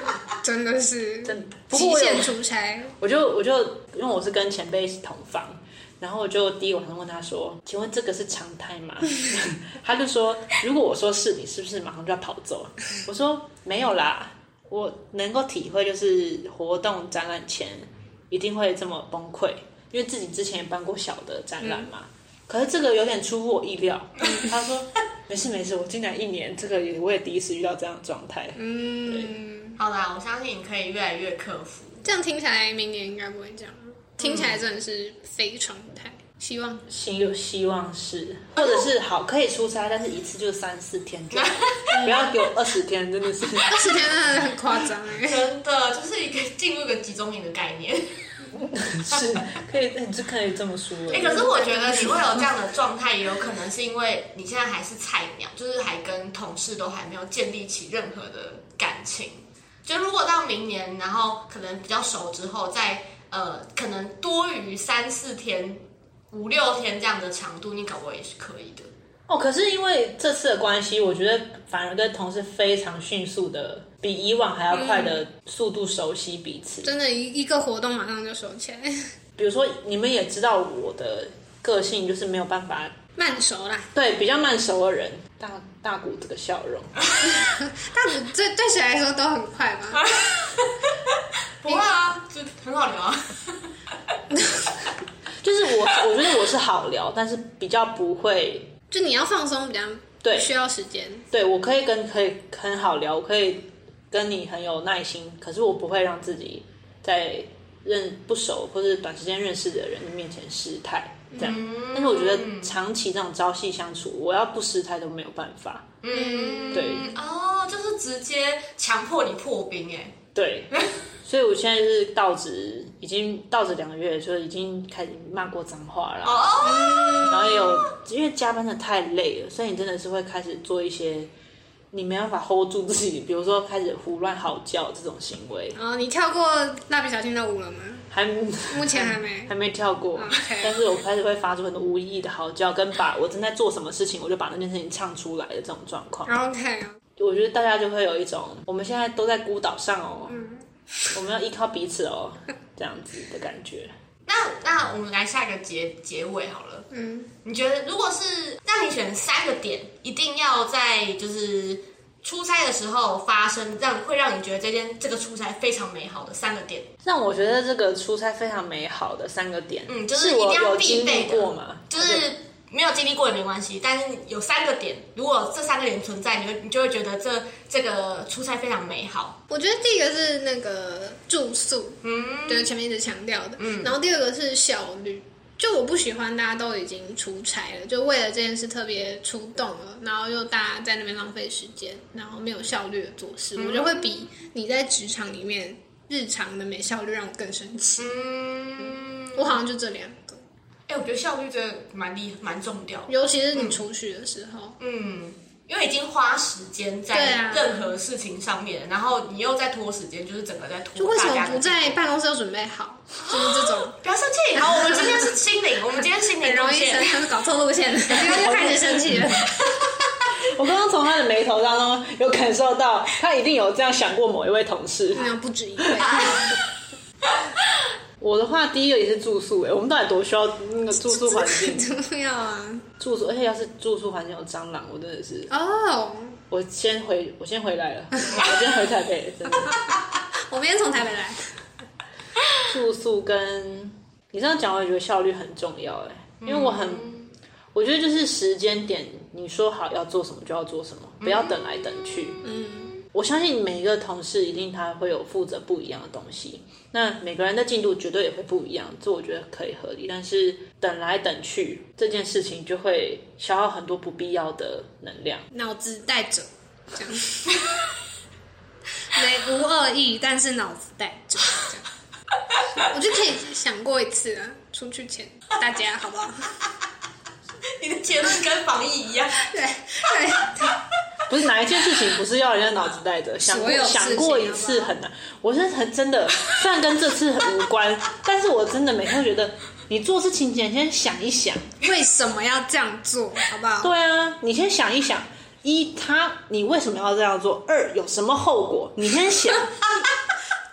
真的是极不过我限出差。 我就因为我是跟前辈一起同房，然后我就第一个晚上问他说：“请问这个是常态吗？”他就说：“如果我说是，你是不是马上就要跑走？”我说：“没有啦，我能够体会，就是活动展览前一定会这么崩溃，因为自己之前也办过小的展览嘛。可是这个有点出乎我意料。”他说：“没事，我进来1年，这个我也第一次遇到这样的状态。” 好啦，我相信你可以越来越克服。 这样听起来明年应该不会这样，听起来真的是非常态。希望希望是，或者是好可以出差，但是一次就3-4天就好，不要给我20天，真的是 20天真的很夸张哎， 真的就是一个进入一个集中营的概念。 是可以，你是可以这么说。 可是我觉得你会有这样的状态，也有可能是因为你现在还是菜鸟，就是还跟同事都还没有建立起任何的感情。就如果到明年，然后可能比较熟之后，再可能多余3-4天、5-6天这样的长度，你搞不好也是可以的。 哦，可是因为这次的关系，我觉得反而跟同事非常迅速的，比以往还要快的速度熟悉彼此。 真的，一个活动马上就熟起来。 比如说，你们也知道我的个性就是没有办法慢熟啦， 对，比较慢熟的人，大谷这个笑容， 大谷对谁来说都很快吧？ 不会啊，就很好聊啊。 就是我觉得我是好聊，但是比较不会。 就你要放松，比较需要时间。 对，我可以很好聊，我可以跟你很有耐心，可是我不会让自己在不熟或者短时间认识的人面前失态，这样。但是我觉得长期这种朝夕相处，我要不失态都没有办法。对。 哦，就是直接强迫你破冰哎。 对。所以我现在就是已经到职2个月，所以已经开始骂过脏话了。然后因为加班真的太累了，所以你真的是会开始做一些你没办法 hold 住自己，比如说开始胡乱嚎叫这种行为。 你跳过蜡笔小新的舞了吗？目前还没跳过。但是我开始会发出很多无意义的嚎叫，跟把我正在做什么事情，我就把那件事情唱出来的这种状况。 OK。 我觉得大家就会有一种我们现在都在孤岛上哦。我们要依靠彼此哦，这样子的感觉。 那我们来下一个结尾好了。你觉得如果是让你选3个点，一定要在就是出差的时候发生，会让你觉得这个出差非常美好的3个点？ 让我觉得这个出差非常美好的3个点， 就是一定要必备的。 过吗？ 就是没有经历过也没关系，但是有3个点，如果这3个点存在，你就会觉得这个出差非常美好。 我觉得第一个是那个住宿，就是前面一直强调的，然后第二个是效率。就我不喜欢大家都已经出差了，就为了这件事特别出动了，然后又大家在那边浪费时间，然后没有效率的做事，我觉得会比你在职场里面日常的没效率让我更生气。我好像就这2个。 我觉得效率真的蛮重要的， 尤其是你出去的时候。 因为已经花时间在任何事情上面，然后你又在拖时间，就是整个在拖。 就为什么不在办公室就准备好？就是这种。 不要生气。好，我们今天是心灵，我们今天心灵路线， 他们搞错路线了，又开始生气了。 我刚刚从他的眉头当中有感受到，他一定有这样想过某一位同事。 没有，不止一位。 我的话，第一个也是住宿。我们到底多需要那个住宿环境？ 重要啊！ 住宿，而且要是住宿环境有蟑螂，我真的是我先回来了，我先回台北，真的。 我明天从台北来。 住宿跟你这样讲，我也觉得效率很重要因为我觉得就是时间点，你说好要做什么就要做什么，不要等来等去。我相信每一个同事一定他会有负责不一样的东西，那每个人的进度绝对也会不一样，这我觉得可以合理。但是等来等去这件事情就会消耗很多不必要的能量， 脑子带着这样，无恶意，但是脑子带着这样。我就可以想过一次啊，出去前大家好不好？ 你的结论跟防疫一样， 对。 不是哪一件事情不是要人家脑子带着，想过一次很难。我是真的，虽然跟这次很无关，但是我真的每天都觉得，你做事情前先想一想， 为什么要这样做，好不好？ 对啊，你先想一想，你为什么要这样做？2有什么后果？你先想。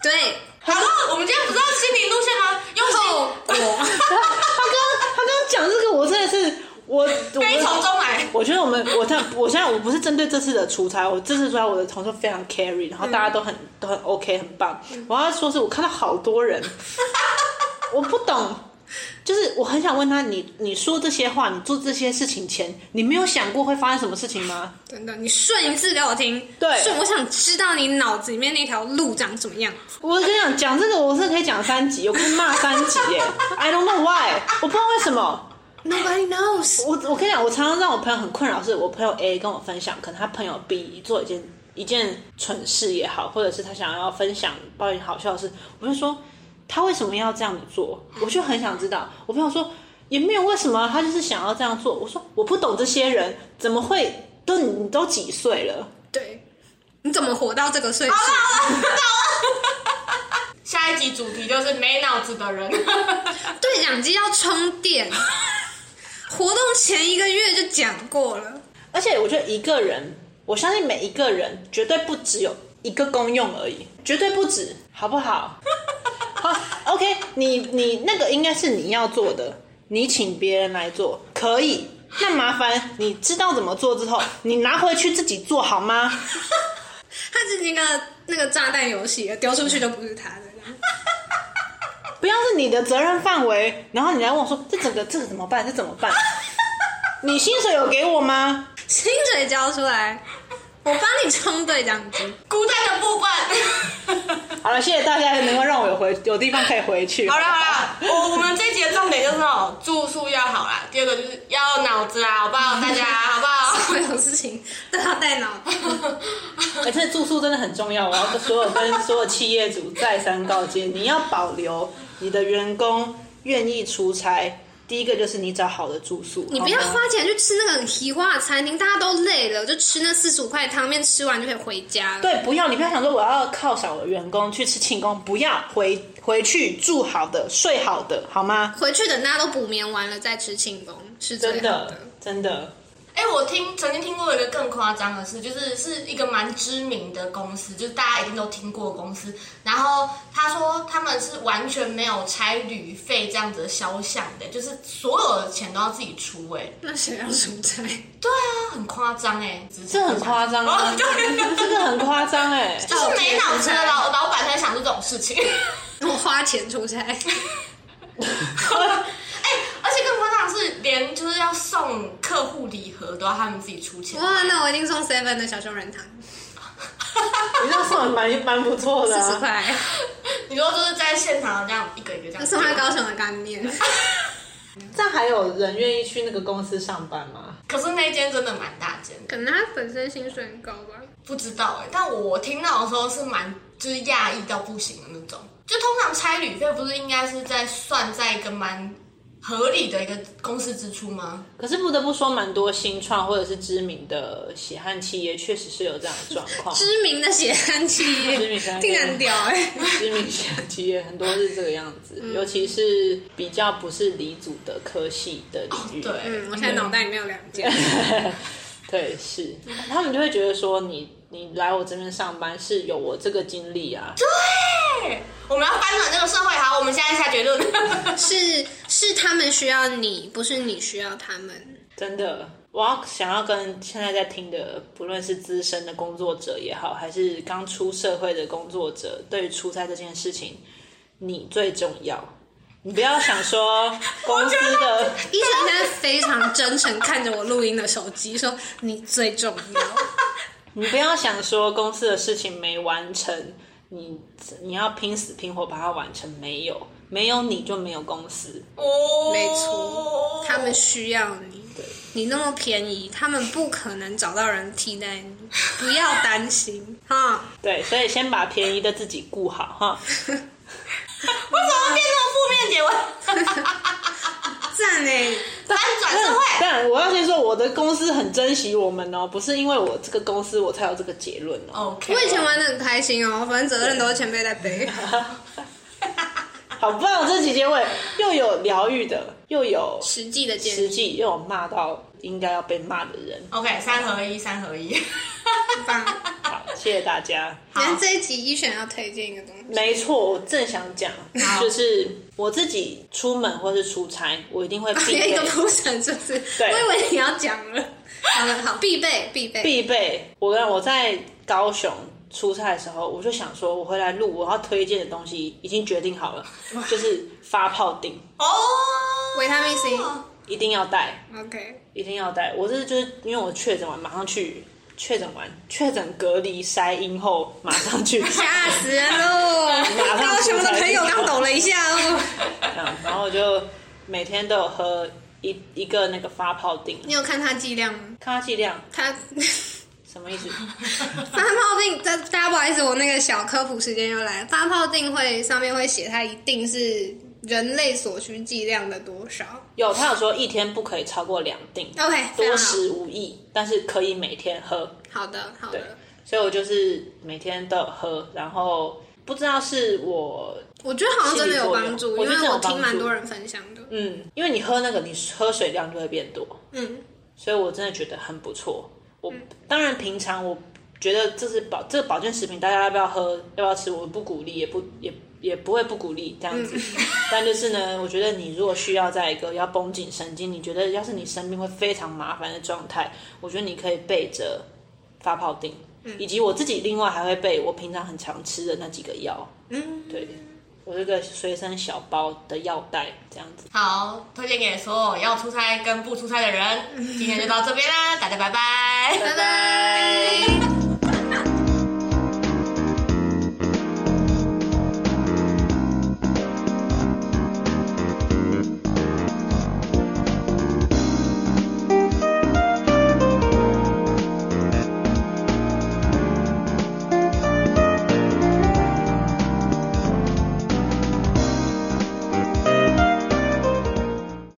对， 好了，我们今天不是要心灵路线吗？用后果。 他刚刚讲这个，我真的是我悲从中来。 我觉得我现在我不是针对这次的出差，我这次出差我的同事非常 carry， 然后大家都很 OK 很棒。我要说是我看到好多人，我不懂。就是我很想问他，你说这些话，你做这些事情前，你没有想过会发生什么事情吗？ 真的，你顺一次给我听。 对， 顺，我想知道你脑子里面那条路长什么样子。 我跟你讲这个，我是可以讲3集，我可以骂3集耶。I don't know why， 我不知道为什么。 Nobody knows。 我跟你讲，我常常让我朋友很困扰，是我朋友 A 跟我分享，可能他朋友 B 做一件蠢事也好，或者是他想要分享抱怨好笑的事，我就说。他为什么要这样子做？我就很想知道。我朋友说也没有为什么，他就是想要这样做。我说我不懂这些人怎么会你都几岁了？ 对，你怎么活到这个岁数？ 好了，下一集主题就是没脑子的人。 对讲机要充电，活动前1个月就讲过了。 而且我觉得一个人，我相信每一个人绝对不只有一个功用而已，绝对不止，好不好？好 ，OK， 你那个应该是你要做的，你请别人来做可以，那麻烦你知道怎么做之后，你拿回去自己做好吗？ 他是那个炸弹游戏，丢出去都不是他的。 不要是你的责任范围，然后你来问我说这个怎么办？这怎么办？你薪水有给我吗？ 薪水交出来，我帮你充对讲机。 孤单的部分。 好了，谢谢大家能够让我有地方可以回去。 好了，我们这一集的重点就是住宿要好啦，第二个就是要有脑子啦，好不好？大家好不好？ 所有事情都要带脑子。 这住宿真的很重要，我要跟所有企业主再三告诫，你要保留你的员工愿意出差。第一个就是你找好的住宿， 你不要花钱去吃那个很奇花的餐厅，大家都累了，就吃那45块汤面，吃完就可以回家了。 对，不要，你不要想说我要犒赏我的员工去吃庆功，不要回去住好的，睡好的，好吗？ 回去等大家都补眠完了再吃庆功，是最好的。 真的。 我曾经听过一个更夸张的事，是一个蛮知名的公司，就是大家一定都听过的公司。然后他说他们是完全没有拆旅费这样子的销项的，就是所有的钱都要自己出。 那谁要出差？ 对啊，很夸张这很夸张啊！这个很夸张就是没脑子的老板才想出这种事情。 我花钱出差。 而且更夸张的是，连就是要送客户礼盒都要他们自己出钱。 哇，那我一定送 7 的小熊软糖。 你这样送的蛮不错的 ，40块。 你说就是在现场这样一个一个这样。 送他高雄的干面。 这样还有人愿意去那个公司上班吗？ 可是那间真的蛮大间的， 可能他本身薪水很高吧。 不知道但我听到的时候是就是讶异到不行的那种。就通常拆旅费不是应该是算在一个蛮合理的一个公司支出吗？ 可是不得不说，蛮多新创或者是知名的血汗企业确实是有这样的状况。 知名的血汗企业，听很屌知名血汗企业很多是这个样子，尤其是比较不是理组的科系的领域。 对， 我现在脑袋里面有2件。 对，是他们就会觉得说你来我这边上班是有我这个经历啊。 对，我们要翻转这个社会。好，我们现在下结论。 是他们需要你，不是你需要他们。 真的，我想要跟现在在听的，不论是资深的工作者也好，还是刚出社会的工作者，对于出差这件事情，你最重要。你不要想说公司的医生现在非常真诚看着我录音的手机说你最重要。 你不要想说公司的事情没完成，你要拼死拼活把它完成，没有你就没有公司。 没错，他们需要你。你那么便宜，他们不可能找到人替代你，不要担心哈。 对，所以先把便宜的自己顾好哈。 为什么变成负面结尾？ 赞耶！ 反转社会。 但我要先说，我的公司很珍惜我们哦，不是因为我这个公司我才有这个结论哦。 Okay. 我以前玩得很开心哦，反正责任都是前辈在背。 好棒！这期结尾又有疗愈的，又有实际的建议， 又有骂到应该要被骂的人。 OK， 3合1，3合1。 很棒。 好， 谢谢大家。 今天这一集一选要推荐一个东西， 没错，我正想讲，就是我自己出门或是出差，我一定会必备一个铺陈，是不是？ 对， 我以为你要讲了。好，必备。 我在高雄出差的时候，我就想说，我回来录我要推荐的东西已经决定好了，就是发泡锭哦， 维他命 C 一定要带 ，OK， 一定要带。我就是因为我确诊完马上去。确诊隔离筛阴后，马上去， 吓死人喽！高雄的朋友刚抖了一下哦。 然后我就每天都有喝一个那个发泡锭。 你有看它剂量吗？ 看它剂量， 它什么意思？ 发泡锭，大家不好意思，我那个小科普时间又来。发泡锭上面会写它一定是人类所需剂量的多少？ 他有说一天不可以超过2锭 ，OK， 多食无益，但是可以每天喝。 好的。 所以我就是每天都有喝，然后不知道是我觉得好像真的有帮助，因为我听蛮多人分享的。 因为你喝那个，你喝水量就会变多。所以我真的觉得很不错。我当然平常我觉得这个保健食品，大家要不要喝，要不要吃，我不鼓励，也不会不鼓励这样子。但就是呢，我觉得你如果需要在一个要绷紧神经，你觉得要是你生病会非常麻烦的状态，我觉得你可以备着发泡锭，以及我自己另外还会备我平常很常吃的那几个药。对，我这个随身小包的药袋这样子。 好，推荐给所有要出差跟不出差的人。今天就到这边啦，大家拜拜， 拜拜。